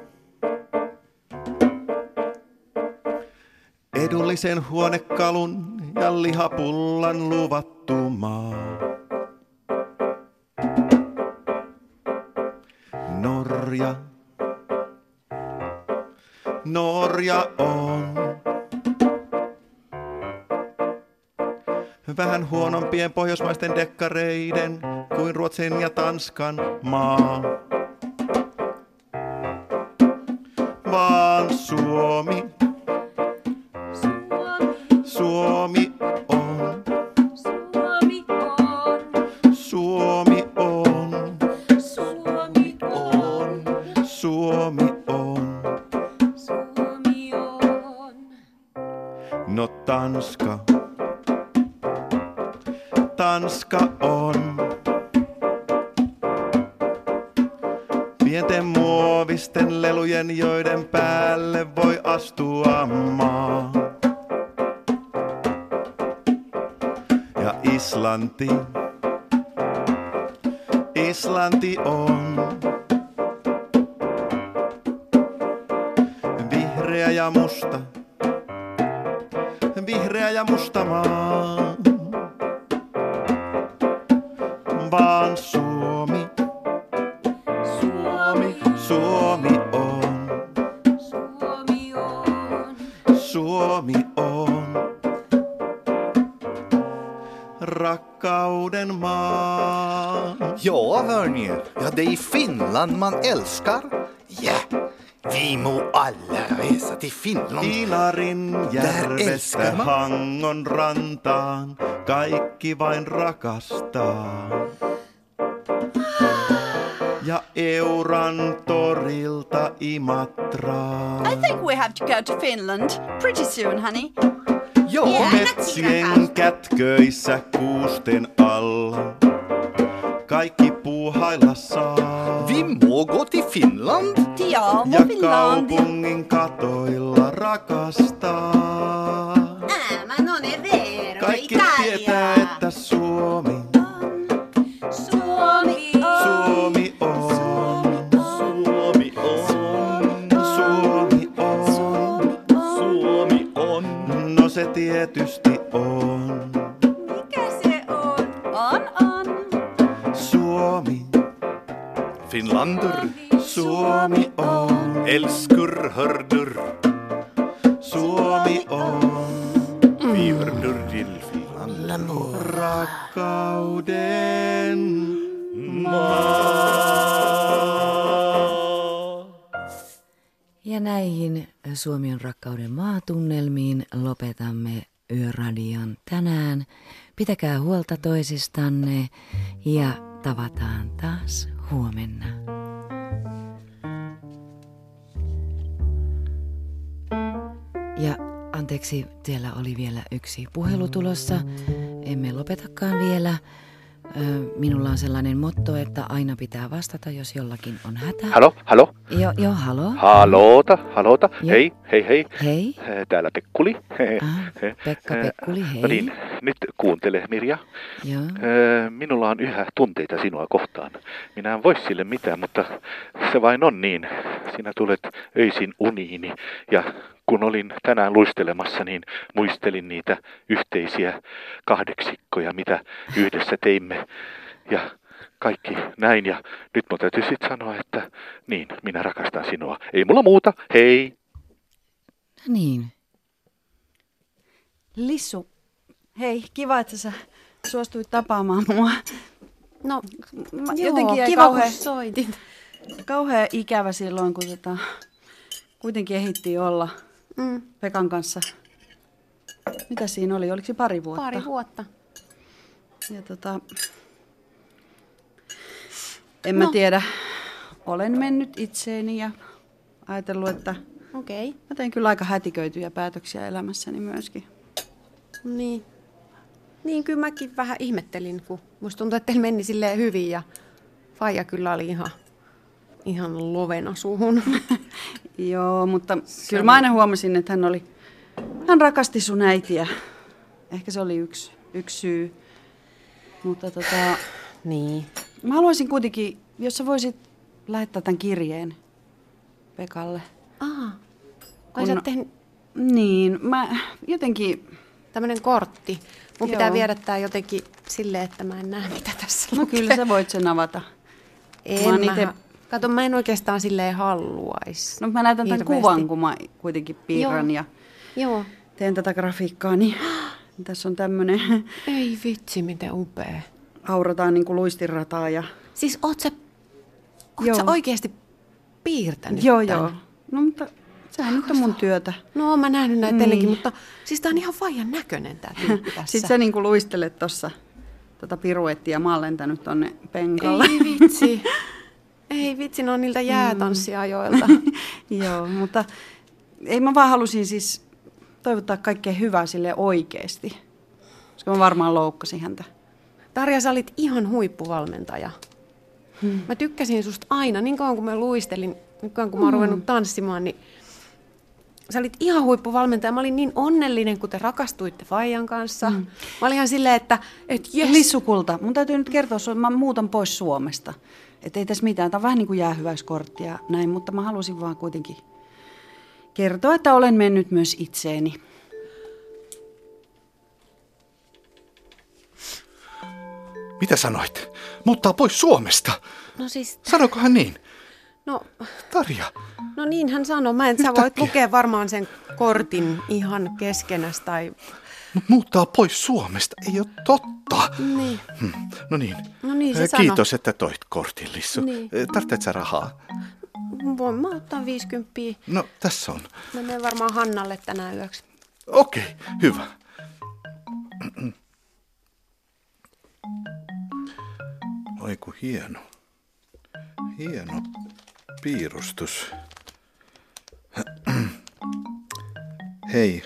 edullisen huonekalun ja lihapullan luvattu maa. Norja, Norja on vähän huonompien pohjoismaisten dekkareiden kuin Ruotsin ja Tanskan maa. Vaan Suomi, Suomi on, Suomi on, Suomi on, Suomi on, Suomi on. Suomi on. No Tanska, Tanska on pienten muovisten lelujen, joiden päälle voi astua maa. Ja Islanti, Islanti on vihreä ja musta, vihreä ja musta maa. Vaan Suomi, Suomi, Suomi on, Suomi on. Suomi on rakkauden maa. Ja, hörni, ja det är i Finland man älskar. Ja, vi må alla resa till Finland. Inarin järvestä älskar man. Hangon rantaan kaikki vain rakastaa. Ja Euran torilta Imatraan. I think we have to go to Finland pretty soon, honey. Ja, Metsien kätköissä kuusten alla kaikki puuhailla saa. vi må gå till Finland. Ti amo Ja Finlandia. kaupungin katoilla rakastaa. Ah, ma non è vero, Kaikki Italia. tietää, että Suomi, Suomi on. Suomi on, Suomi on, Suomi on, Suomi on. no se tietysti on. Mikä se on? On, on. Suomi, Finlander, Suomi on, älskar hördur. Suomi on Vi hördur till Finland. rakkauden Ja näihin Suomi on rakkauden maatunnelmiin lopetamme Yöradion tänään. Pitäkää huolta toisistanne ja tavataan taas huomenna. Ja anteeksi, siellä oli vielä yksi puhelu tulossa. Emme lopetakaan vielä. Ö, Minulla on sellainen motto, että aina pitää vastata, jos jollakin on hätä. Halo, halo. Jo, jo, halo. Haloota, haloota. Joo. Hei, hei, hei. Hei. Eh, Täällä Pekkuli. Ah, Pekka Eh, Pekkuli, hei. No niin, nyt kuuntele Mirja. Joo. Eh, Minulla on yhä tunteita sinua kohtaan. Minä en voi sille mitään, mutta se vain on niin. Sinä tulet öisin uniini ja kun olin tänään luistelemassa, niin muistelin niitä yhteisiä kahdeksikkoja, mitä yhdessä teimme. Ja kaikki näin. Ja nyt mun täytyy sitten sanoa, että niin, minä rakastan sinua. Ei mulla muuta. Hei! No niin. Lissu, hei, kiva, että sä suostuit tapaamaan mua. No, Mä joo, jotenkin jäi kiva kauhean, kun soitit. kauhean ikävä silloin, kun tota, kuitenkin ehdittiin olla Mm, Pekan kanssa. Mitä siinä oli? Oliko se pari vuotta? pari vuotta. Ja tota, en mä No. tiedä, olen mennyt itseeni ja ajatellut, että Okei, okay. mä teen kyllä aika hätiköityjä päätöksiä elämässäni myöskin. Niin. Niin, kyllä mäkin vähän ihmettelin, kun musta tuntuu, että teillä meni silleen hyvin ja faija kyllä oli ihan, ihan lovena suhun. Joo, mutta kyllä mä aina huomasin, että hän oli, hän rakasti sun äitiä. Ehkä se oli yksi, yksi syy. Mutta tota, Niin. mä haluaisin kuitenkin, jos sä voisit lähettää tämän kirjeen Pekalle. Aa, Kun- sä oot tehnyt Niin, mä jotenkin... tämmönen kortti. Mun Joo. pitää viedä tää jotenkin silleen, että mä en näe mitä tässä No lukee. kyllä sä voit sen avata. En Mä oon mä, ite- Kato, mä en oikeastaan silleen haluais. No mä näytän tämän Hirveästi. kuvan, kun mä kuitenkin piirrän Joo. ja Joo. teen tätä grafiikkaa, niin tässä on tämmönen, Ei vitsi, miten upea. aurataan niin kuin luistinrataa ja... Siis oot sä, oot Joo. sä oikeesti piirtänyt Joo, tän? joo. No mutta sehän nyt on mun työtä. No oon mä nähnyt näitä Niin. ennenkin, mutta siis tää on ihan vaijan näköinen tää tyyppi tässä. Sitten sä niin kuin luistelet tossa tota piruettia, mä oon lentänyt tonne penkalle. Ei vitsi. Ei vitsi, ne on niiltä jäätanssiajoilta. Joo, mutta ei mä vaan halusin siis toivottaa kaikkea hyvää sille oikeesti. Koska mä varmaan loukkasin häntä. Tarja, sä olit ihan huippuvalmentaja. Hmm. Mä tykkäsin susta aina, niin kauan kun mä luistelin, niin kauan kun mä oon Hmm. ruvennut tanssimaan, niin sä olit ihan huippuvalmentaja. Mä olin niin onnellinen, kun te rakastuitte Faijan kanssa. Hmm. Mä olin ihan silleen, että et jes. Lissukulta, mun täytyy nyt kertoa sulle, että mä muutan pois Suomesta. Että ei tässä mitään, tää on vähän niin kuin jäähyväiskortti ja näin, mutta mä halusin vaan kuitenkin kertoa, että olen mennyt myös itseeni. Mitä sanoit? Muuttaa pois Suomesta. No siis, Sanoikohan niin? no, Tarja, no niin hän sanoi. Mä en, sä voit lukea varmaan sen kortin ihan keskenäs tai... mut muuttaa pois Suomesta. Ei ole totta. Niin. Hmm. No niin. No niin, se Eh, sanoi. Kiitos, että toit kortin, Lissu. Niin. Eh, Tarvitsetko sä rahaa? Voin mä ottaa viisikymppiä. No, tässä on. Mä menen varmaan Hannalle tänään yöksi. Okei, hyvä. Oi ku hieno. Hieno piirustus. Hei.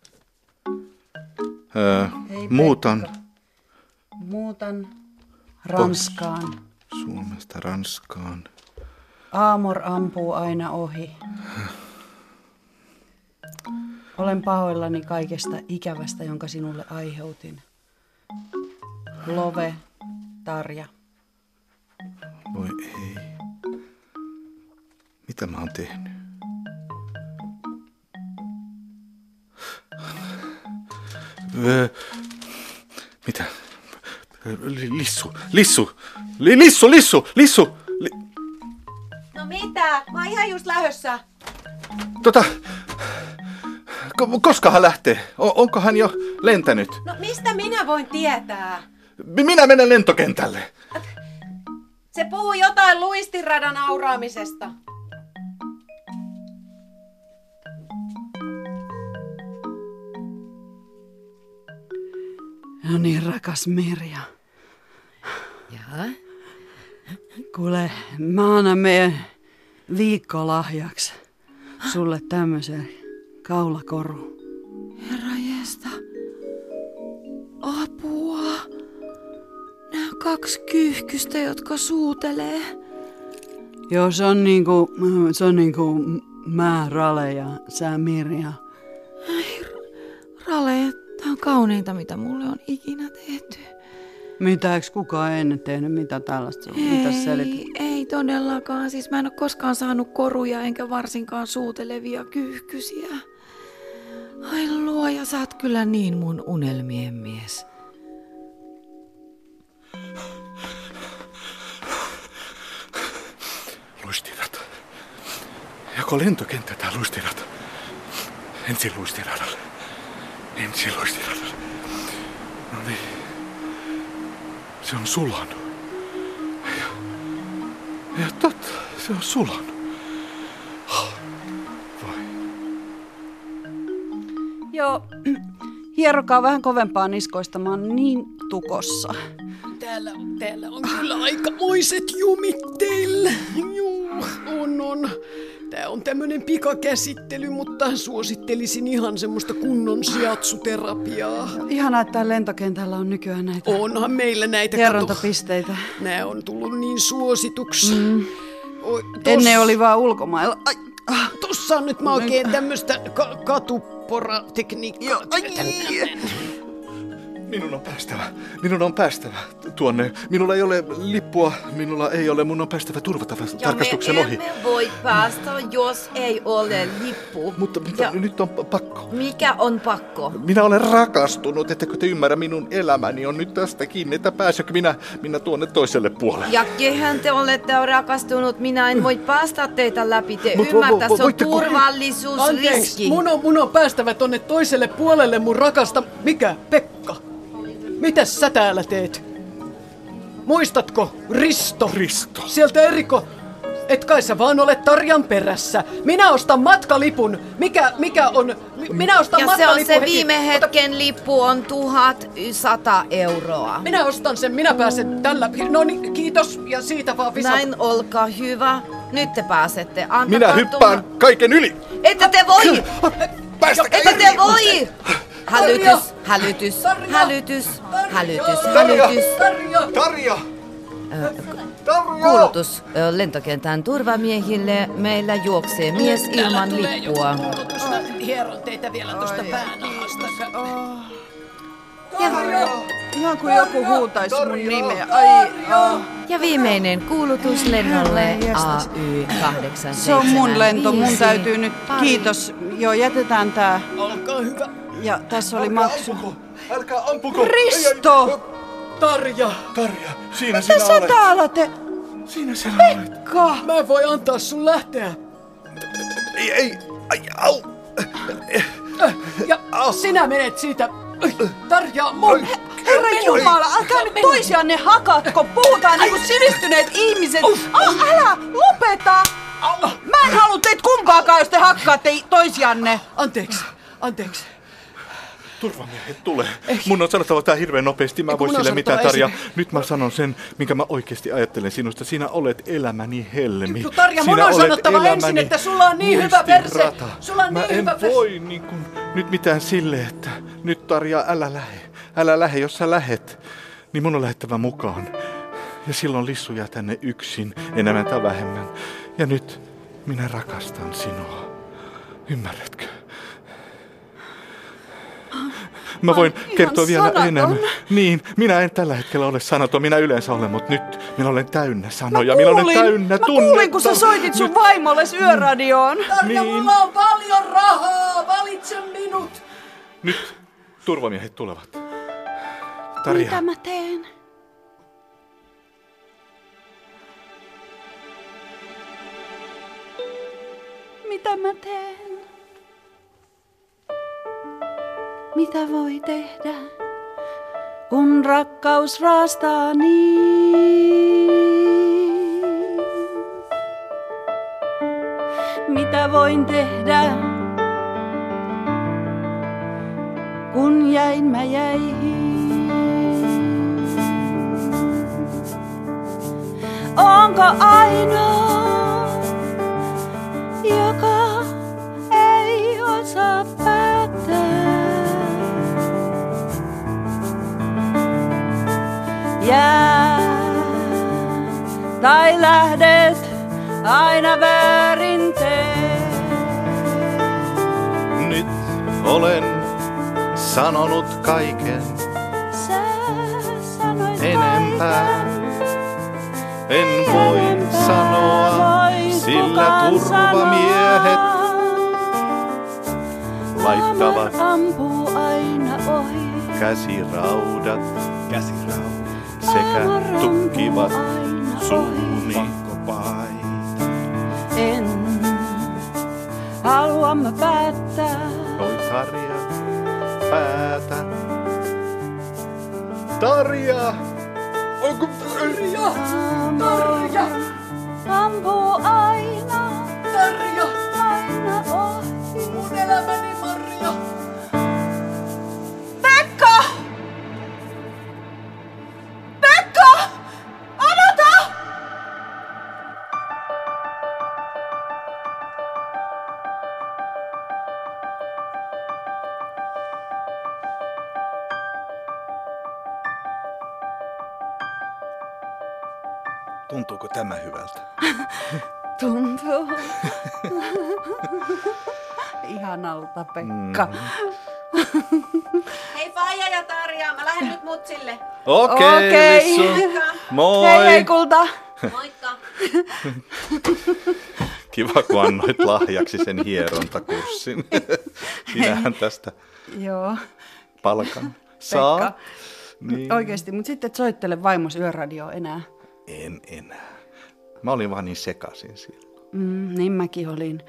Öö, Hei, muutan Muutan Ranskaan. Suomesta Ranskaan. Aamor ampuu aina ohi. Olen pahoillani kaikesta ikävästä, jonka sinulle aiheutin. Love, Tarja. Voi ei. Mitä mä oon tehnyt? Öö, mitä? Li- Lissu, Lissu, Li- Lissu, Lissu, Lissu. Li- No mitä? Mä oon ihan just lähössä. tota, ko- koska hän lähtee? O- onko hän jo lentänyt? No mistä minä voin tietää? Minä menen lentokentälle. Se puhui jotain luistinradan auraamisesta. No niin, rakas Mirja. Jaa. Kuule, mä annan meidän viikkolahjaksi sulle tämmöisen kaulakorun. Herra Jesta. Apua. Nämä on kaksi kyyhkystä, jotka suutelee. Joo, se on niinku, se on niinku mä, Rale ja sä, Mirja. Ai, Rale, tää on kauneinta, mitä mulle on ikinä tehty. Mitä, eikö kukaan ennen tehnyt mitä tällaista? Mitä sä selität? Ei, ei todellakaan. Siis mä en ole koskaan saanut koruja enkä varsinkaan suutelevia kyyhkysiä. Ai luoja, sä oot kyllä niin mun unelmien mies. Luistirata. Joko lentokenttä tai luistirata? Ensin luistiradalle. Ensin luistiradalle. No niin. Se on sulanut. Ja, ja totta, se on sulanut. Voi. Joo, hierokaa vähän kovempaa niskoista, mä oon niin tukossa. Täällä on, täällä on kyllä aikamoiset jumit teillä. Juu, on, on. Tää on tämmönen pikakäsittely, mutta suosittelisin ihan semmoista kunnon shiatsu-terapiaa. Ihanaa, että täällä lentokentällä on nykyään näitä Onhan meillä näitä, kato. hierontapisteitä. Nää on tullut niin suosituksi. Mm. Oi, tos, Ennen oli vaan ulkomailla. Ai, ah. Tossa on nyt mä oikein tämmöstä ka- katupora-tekniikkaa. Minun on päästävä. Minun on päästävä tuonne. Minulla ei ole lippua. Minulla ei ole. Mun on päästävä turvatarkastuksen ohi. Ja me emme voi päästä, jos ei ole lippu. Mutta, mutta nyt on pakko. Mikä on pakko? Minä olen rakastunut. Ettekö te ymmärrä? Minun elämäni on nyt tästä kiinni. Että pääsekö minä, minä tuonne toiselle puolelle? Ja kehän te olette rakastunut? Minä en voi päästä teitä läpi. Te ymmärtää, se on turvallisuusriski. Anteeksi, mun on, mun on päästävä tonne toiselle puolelle, mun rakasta. Mikä? Pekka? Mitäs sä täällä teet? Muistatko? Risto. Risto. Sieltä Eriko. Et kai sä vaan ole Tarjan perässä. Minä ostan matkalipun. Mikä, mikä on? Minä ostan ja matkalipun. Ja se on se heti. viime hetken lippu on tuhat sata euroa. Minä ostan sen, minä pääsen tällä. No niin, kiitos ja siitä vaan visa. Näin, olkaa hyvä. Nyt te pääsette. Antakaa minä hyppään tulla. Kaiken yli. Ette te voi! Päästäkää Ette te voi! Hälytys, hälytys, hälytys, hälytys, hälytys. Tarja! Kuulutus lentokentän turvamiehille. Meillä juoksee mies ilman lippua. Hieron teitä vielä tuosta päänahasta. Ihan kuin joku huutaisi mun nimeä. Ai, oh. Ja viimeinen kuulutus lennolle A Y kahdeksan seitsemän. Se on mun lento, mun täytyy nyt. Kiitos. Joo, jätetään tää. Olkaa hyvä. Ja tässä oli maksu. Älkää ampuko! Risto! Tarja! Tarja, siinä mitä sinä sä olet. täällä te... Siinä sinä Pekka! olet. Mä en voi antaa sun lähteä. Ei, ei, ai, au! Ja au. Sinä menet siitä. Tarja, mun! Herra Jumala, älkää nyt toisianne hakatko. Puhutaan niinku sivistyneet ihmiset. Ah, älä, lopeta! Mä en halua teitä kumpaakaan, jos te hakkaatte toisianne. Anteeksi, anteeksi. Turvamiehet tulee. Mun on sanottava tää hirveän nopeasti. Mä voin sille mitään, Tarja. Nyt mä sanon sen, minkä mä oikeasti ajattelen sinusta. Sinä olet elämäni helmi. No Tarja, mun Sinä on sanottava elämäni ensin, että sulla on niin hyvä perse. Rata. Sulla on mä niin en hyvä perse. voi niin kun, nyt mitään sille, että nyt Tarja, älä lähe. Älä lähe, jos sä lähet, niin mun on lähettävä mukaan. Ja silloin Lissu jää tänne yksin, enemmän tai vähemmän. Ja nyt minä rakastan sinua. Ymmärrätkö? Mä voin kertoa vielä sanaton. enemmän. Niin, minä en tällä hetkellä ole sanaton, minä yleensä olen, mutta nyt minä olen täynnä sanoja. Mä minä kuulin, olen täynnä mä tunnetta. kuulin, kun sä soitit sun vaimolles yöradioon. Tarja, Niin. mulla on paljon rahaa, valitse minut. Nyt turvamiehet tulevat. Tarja. Mitä mä teen? Mitä mä teen? Mitä voi tehdä, kun rakkaus raastaa niin? Mitä voin tehdä, kun jäin mä jäihin? Onko ainoa, joka ei osaa päättää? Jää tai lähdet aina väärin tee. Nyt olen sanonut kaiken. Sä sanoit Enempää kaiken. En voi Enempää sanoa, vois sillä kukaan turvamiehet sanoa. laittavat Amor ampuu aina ohi. käsiraudat, käsiraudat sekä Amor tukkivat ampuu aina suuni. ohi. En halua mä päättää. Oi Tarja, päätä. Tarja! Onko... Tarja, Tarja, Ampuu aina, Tarja, aina ohi. mun elämäni Marja. Pekka! Pekka! Odota! Tuntuuko tämä hyvältä? Tuntuu. Ihanalta, Pekka. Hei Maija ja Tarja, mä lähden nyt mutsille. Okei, okay, Okei. Lissu. Moi. Hei hei kulta. Moikka. Kiva, kun annoit lahjaksi sen hierontakurssin. Sinähän tästä Joo. palkan saa. Pekka. Niin. Oikeesti, mutta sitten et soittele vaimos yöradioon enää. En enää. Mä olin vaan niin sekaisin silloin. Mm, niin mäkin olin.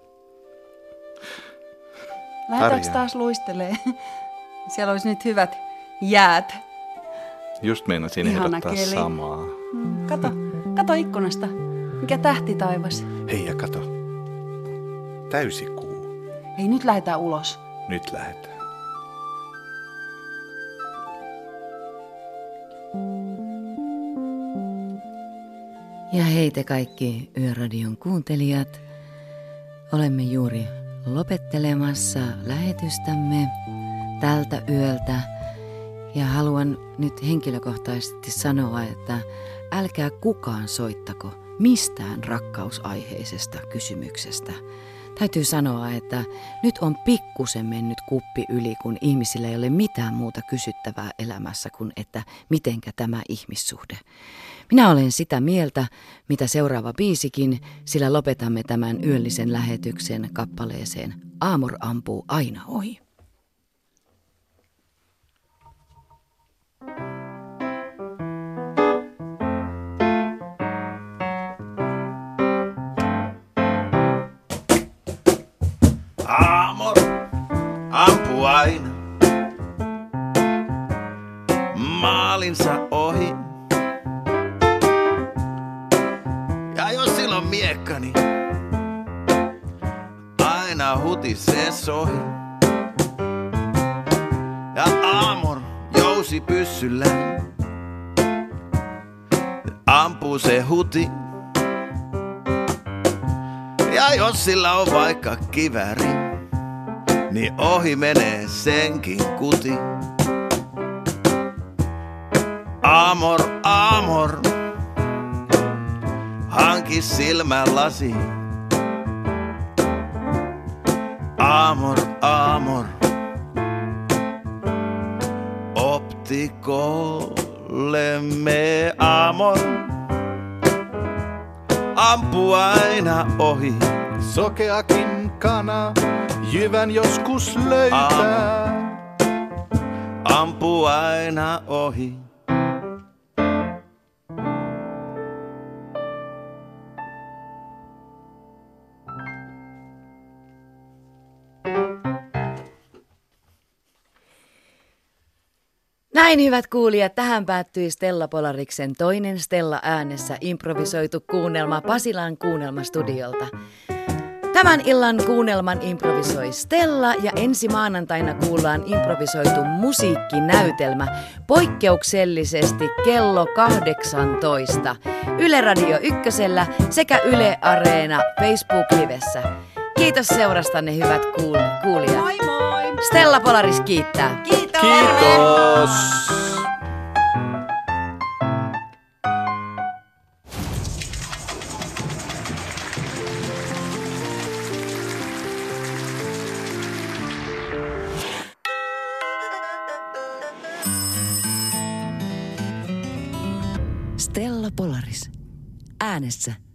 Lähdetäänkö taas luistelee? Siellä olisi nyt hyvät jäät. Just meinasin Ihana ehdottaa keli. samaa. Mm, kato, kato ikkunasta. Mikä tähti taivas. Hei ja kato. Täysikuu. Hei, nyt lähdetään ulos. Nyt lähdetään. Ja hei te kaikki Yöradion kuuntelijat. Olemme juuri lopettelemassa lähetystämme tältä yöltä. Ja haluan nyt henkilökohtaisesti sanoa, että älkää kukaan soittako mistään rakkausaiheisesta kysymyksestä. Täytyy sanoa, että nyt on pikkusen mennyt kuppi yli, kun ihmisillä ei ole mitään muuta kysyttävää elämässä kuin, että mitenkä tämä ihmissuhde. Minä olen sitä mieltä, mitä seuraava biisikin, sillä lopetamme tämän yöllisen lähetyksen kappaleeseen Amor ampuu aina ohi. Amor ampuu aina maalinsa ohi. Ja jos sillä on miekka, niin aina hutisee sohi. Ja Amor jousi pyssyllä ampuu se huti. Ja jos sillä on vaikka kiväri, niin ohi menee senkin kuti. Amor, Amor, hanki silmälasi. Amor, Amor, optikollemme Amor ampuu aina ohi. Sokeakin kana jyvän joskus löytää. Amor ampuu aina ohi. Näin hyvät kuulijat, tähän päättyi Stella Polariksen toinen Stella äänessä improvisoitu kuunnelma Pasilan kuunnelmastudiolta. Tämän illan kuunnelman improvisoi Stella ja ensi maanantaina kuullaan improvisoitu musiikkinäytelmä poikkeuksellisesti kello kahdeksantoista Yle Radio Ykkösellä sekä Yle Areena Facebook-livessä. Kiitos seurastanne hyvät kuul- kuulijat. Moi moi! Stella Polaris kiittää. Kiitos! Kiitos! Stella Polaris. Äänessä